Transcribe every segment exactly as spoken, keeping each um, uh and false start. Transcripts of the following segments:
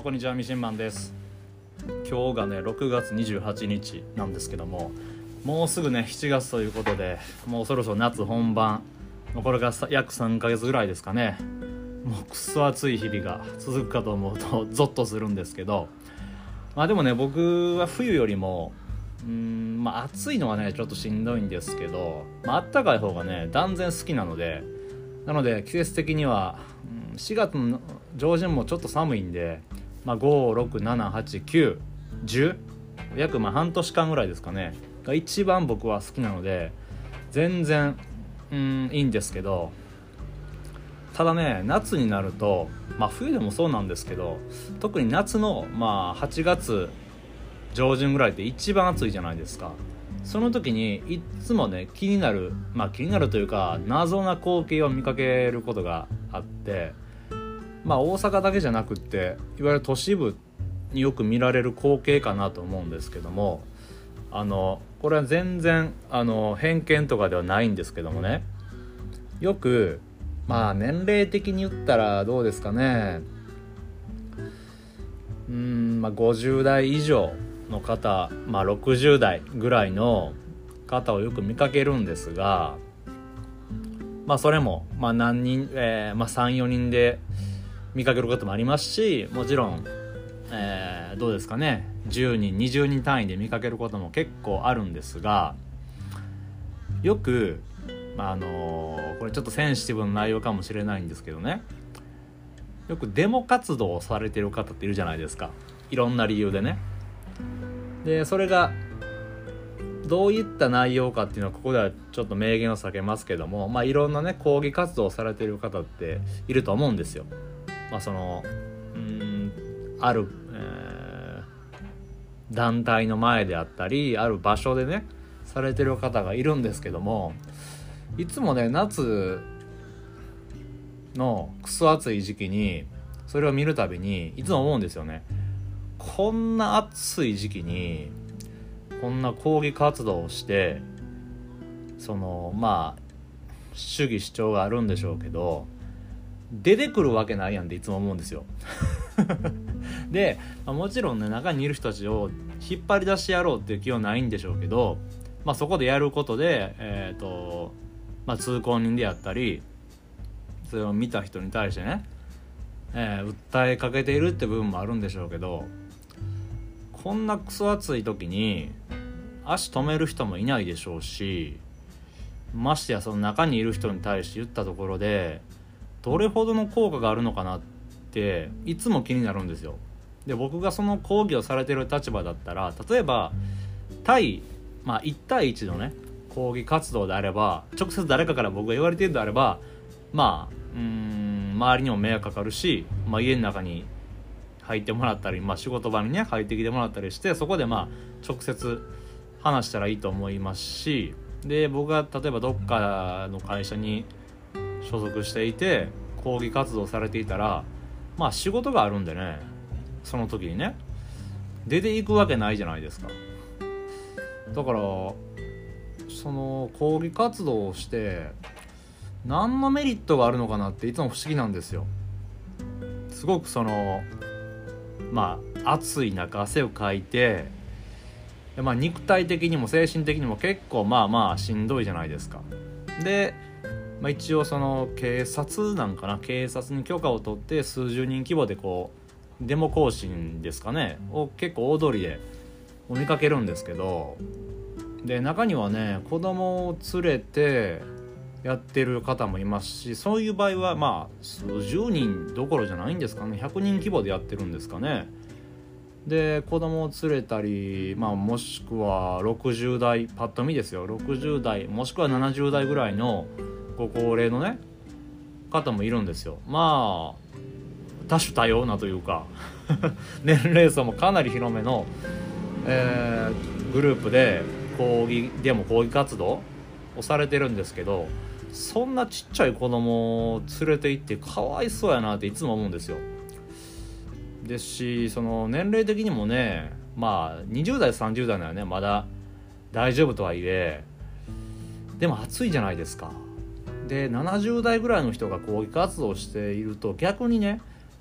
こんにちは、みしんまんです。今日がねろくがつにじゅうはちにちなんですけども、もうすぐねしちがつということで、もうそろそろ夏本番、これが約さんかげつぐらいですかね。もうくそ暑い日々が続くかと思うとゾッとするんですけど、まあでもね、僕は冬よりもうーんまあ暑いのはねちょっとしんどいんですけど、まあ暖かい方がね断然好きなのでなので季節的にはしがつの上旬もちょっと寒いんで、まあ、ご、ろく、なな、はち、きゅう、じゅう約まあ半年間ぐらいですかねが一番僕は好きなので全然うんいいんですけど、ただね夏になると、まあ冬でもそうなんですけど、特に夏のまあはちがつ上旬ぐらいって一番暑いじゃないですか。その時にいつもね気になるまあ気になるというか謎な光景を見かけることがあって、まあ大阪だけじゃなくっていわゆる都市部によく見られる光景かなと思うんですけども、あのこれは全然あの偏見とかではないんですけどもね、よくまあ年齢的に言ったらどうですかね、うーんまあごじゅうだい以上の方、まあろくじゅうだいぐらいの方をよく見かけるんですが、まあそれもまあ何人、えー、まあさん、よにんで見かけることもありますし、もちろん、えー、どうですかね、じゅうにん、にじゅうにん単位で見かけることも結構あるんですが、よく、まああのー、これちょっとセンシティブな内容かもしれないんですけどね、よくデモ活動をされてる方っているじゃないですか、いろんな理由でね。でそれがどういった内容かっていうのはここではちょっと明言を避けますけども、まあいろんなね抗議活動をされている方っていると思うんですよ。まあそのうーんある、えー、団体の前であったりある場所でねされてる方がいるんですけども、いつもね夏のクソ暑い時期にそれを見るたびにいつも思うんですよね。こんな暑い時期にこんな抗議活動をして、そのまあ主義主張があるんでしょうけど出てくるわけないやんっていつも思うんですよで、まあ、もちろんね中にいる人たちを引っ張り出してやろうっていう気はないんでしょうけど、まあそこでやることでえっとまあ通行人であったりそれを見た人に対してね、えー、訴えかけているって部分もあるんでしょうけど、こんなクソ暑い時に足止める人もいないでしょうし、ましてやその中にいる人に対して言ったところでどれほどの効果があるのかなっていつも気になるんですよ。で僕がその抗議をされている立場だったら、例えば対、まあ、いち対いちのね抗議活動であれば、直接誰かから僕が言われているのであれば、まあうーん周りにも迷惑かかるし、まあ、家の中に入ってもらったり、まあ、仕事場にね入ってきてもらったりして、そこでまあ直接話したらいいと思いますし、で僕が例えばどっかの会社に所属していて抗議活動されていたら、まあ仕事があるんでね、その時にね出ていくわけないじゃないですか。だからその抗議活動をして何のメリットがあるのかなっていつも不思議なんですよ。すごくそのまあ暑い中汗をかいて、まあ、肉体的にも精神的にも結構まあまあしんどいじゃないですか。で、まあ、一応その警察なんかな、警察に許可を取って数十人規模でこうデモ行進ですかねを結構大通りで見かけるんですけど、で中にはね子供を連れてやってる方もいますし、そういう場合はまあ数十人どころじゃないんですかね、ひゃくにん規模でやってるんですかね。で子供を連れたり、まあ、もしくはろくじゅうだい、パッと見ですよ、ろくじゅうだいもしくはななじゅうだいぐらいのご高齢のね方もいるんですよ。まあ多種多様なというか年齢層もかなり広めの、えー、グループで抗議デモ抗議活動をされてるんですけど、そんなちっちゃい子供を連れて行ってかわいそうやなっていつも思うんですよ。ですし、その年齢的にもね、まあにじゅうだいさんじゅうだいならねまだ大丈夫とはいえ、でも暑いじゃないですか。でななじゅうだいぐらいの人が抗議活動していると逆にね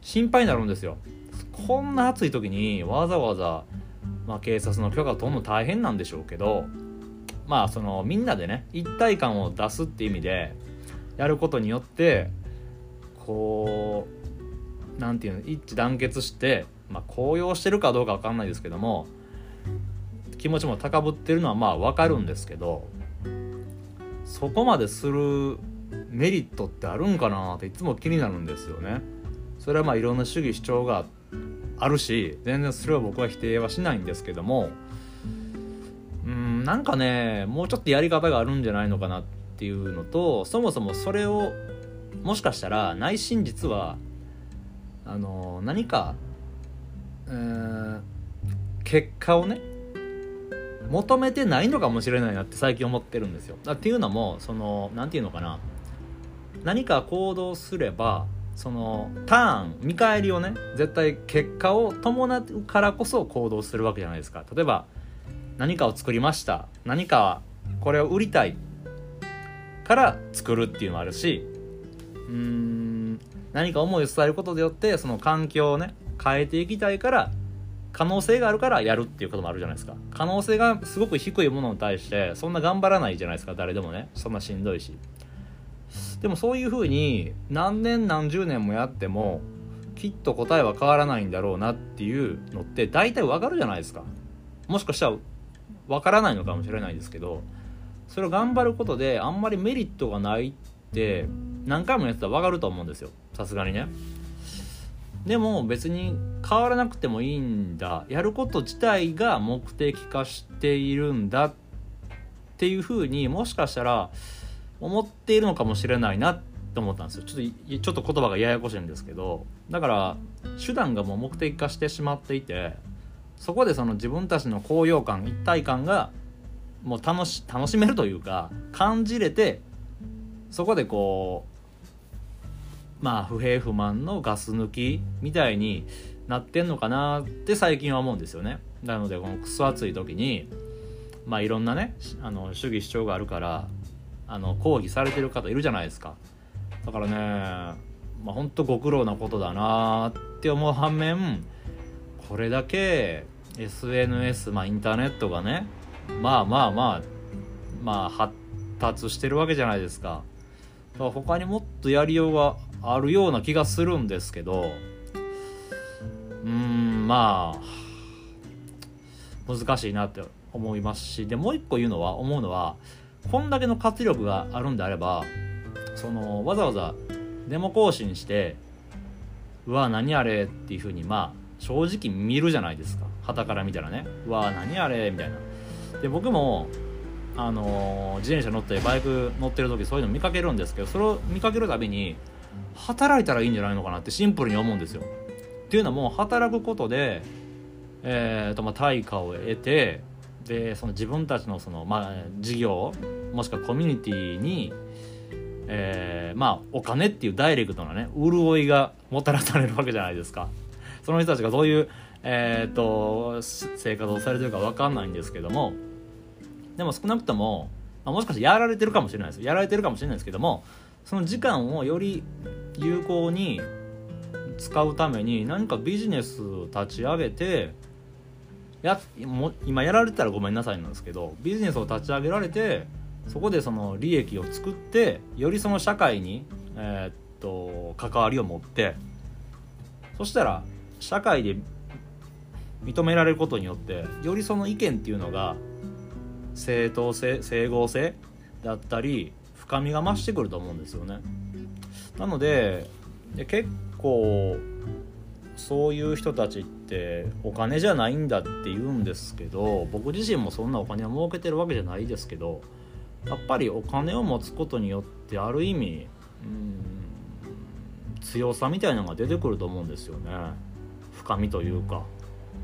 心配になるんですよ。こんな暑い時にわざわざ、まあ、警察の許可を取るの大変なんでしょうけど、まあそのみんなでね一体感を出すっていう意味でやることによって、こうなんていうの、一致団結して、まあ高揚してるかどうか分かんないですけども、気持ちも高ぶってるのはまあ分かるんですけど、そこまでするメリットってあるんかなっていつも気になるんですよね。それはまあいろんな主義主張があるし、全然それは僕は否定はしないんですけども、うーんなんかねもうちょっとやり方があるんじゃないのかなっていうのと、そもそもそれをもしかしたら内心実はあの何か、えー、結果をね求めてないのかもしれないなって最近思ってるんですよ。っていうのもそのなんていうのかな、何か行動すればそのターン見返りをね絶対結果を伴うからこそ行動するわけじゃないですか。例えば何かを作りました、何かこれを売りたいから作るっていうのもあるし、うーん何か思いを伝えることによってその環境をね変えていきたいから可能性があるからやるっていうこともあるじゃないですか。可能性がすごく低いものに対してそんな頑張らないじゃないですか、誰でもね。そんなしんどいし。でもそういう風に何年何十年もやってもきっと答えは変わらないんだろうなっていうのって大体わかるじゃないですか。もしかしたらわからないのかもしれないですけど、それを頑張ることであんまりメリットがないって何回もやってたらわかると思うんですよ、さすがにね。でも別に変わらなくてもいいんだ、やること自体が目的化しているんだっていう風にもしかしたら思っているのかもしれないなって思ったんですよ。ちょっとちょっと言葉がややこしいんですけど、だから手段がもう目的化してしまっていて、そこでその自分たちの高揚感一体感がもう楽し楽しめるというか感じれて、そこでこうまあ不平不満のガス抜きみたいになってんのかなって最近は思うんですよね。なのでこのクソ暑い時にまあいろんなねあの主義主張があるからあの抗議されてる方いるじゃないですか。だからねまあほんとご苦労なことだなって思う反面、これだけ エスエヌエス、まあインターネットがねまあまあまあまあ発達してるわけじゃないですか。だから他にもっとやりようがあるような気がするんですけど、うーんまあ難しいなって思いますし、でもう一個言うのは思うのは、こんだけの活力があるんであれば、そのわざわざデモ行進してうわ何あれっていう風にまあ正直見るじゃないですか、傍から見たらね。うわ何あれみたいな。で僕もあのー、自転車乗ってバイク乗ってる時そういうの見かけるんですけど、それを見かけるたびに働いたらいいんじゃないのかなってシンプルに思うんですよ。っていうのも働くことで、えーとまあ、対価を得て、でその自分たちのその、まあ、事業もしくはコミュニティに、えー、まあお金っていうダイレクトなね潤いがもたらされるわけじゃないですか。その人たちがどういう、えー、と生活をされてるか分かんないんですけども、でも少なくとも、まあ、もしかしてやられてるかもしれないですやられてるかもしれないですけども、その時間をより有効に使うために何かビジネス立ち上げてやも今やられてたらごめんなさいなんですけど、ビジネスを立ち上げられてそこでその利益を作ってよりその社会に、えー、っと関わりを持って、そしたら社会で認められることによってよりその意見っていうのが正当性整合性だったり深みが増してくると思うんですよね。なので結構そういう人たちってお金じゃないんだって言うんですけど、僕自身もそんなお金を儲けてるわけじゃないですけど、やっぱりお金を持つことによってある意味うーん強さみたいなのが出てくると思うんですよね。深みというか、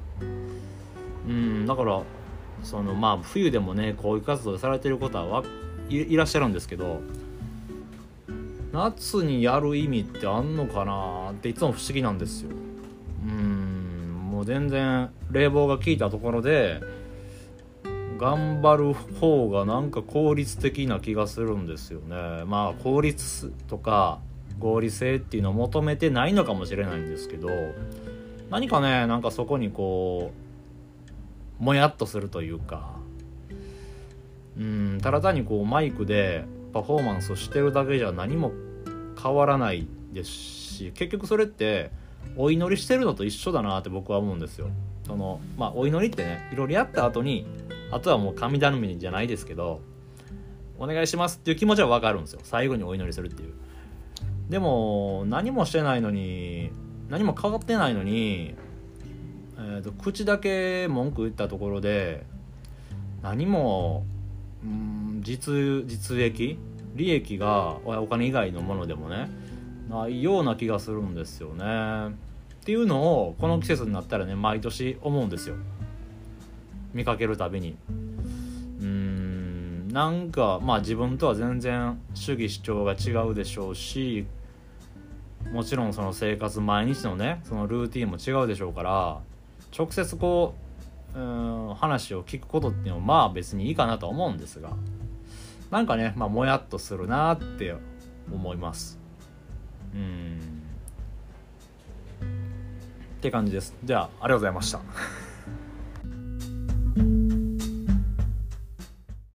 うんだからそのまあ冬でもね抗議活動されてる方はいらっしゃるんですけど、夏にやる意味ってあんのかなっていつも不思議なんですよ。うーんもう全然冷房が効いたところで頑張る方がなんか効率的な気がするんですよね。まあ効率とか合理性っていうのを求めてないのかもしれないんですけど、何かねなんかそこにこうもやっとするというか、うんただ単にこうマイクでパフォーマンスをしてるだけじゃ何も変わらないですし、結局それってお祈りしてるのと一緒だなって僕は思うんですよ。そのまあお祈りってねいろいろやった後にあとはもう神頼みじゃないですけどお願いしますっていう気持ちは分かるんですよ。最後にお祈りするっていう。でも何もしてないのに何も変わってないのに、えーと、口だけ文句言ったところで何もうーん 実, 実益利益がお金以外のものでもねないような気がするんですよね。っていうのをこの季節になったらね毎年思うんですよ。見かけるたびにうーんなんかまあ自分とは全然主義主張が違うでしょうし、もちろんその生活毎日のねそのルーティンも違うでしょうから、直接こう、うーん話を聞くことっていうのはまあ別にいいかなとは思うんですが、なんかねまあもやっとするなって思います。うーんって感じです。ではありがとうございました。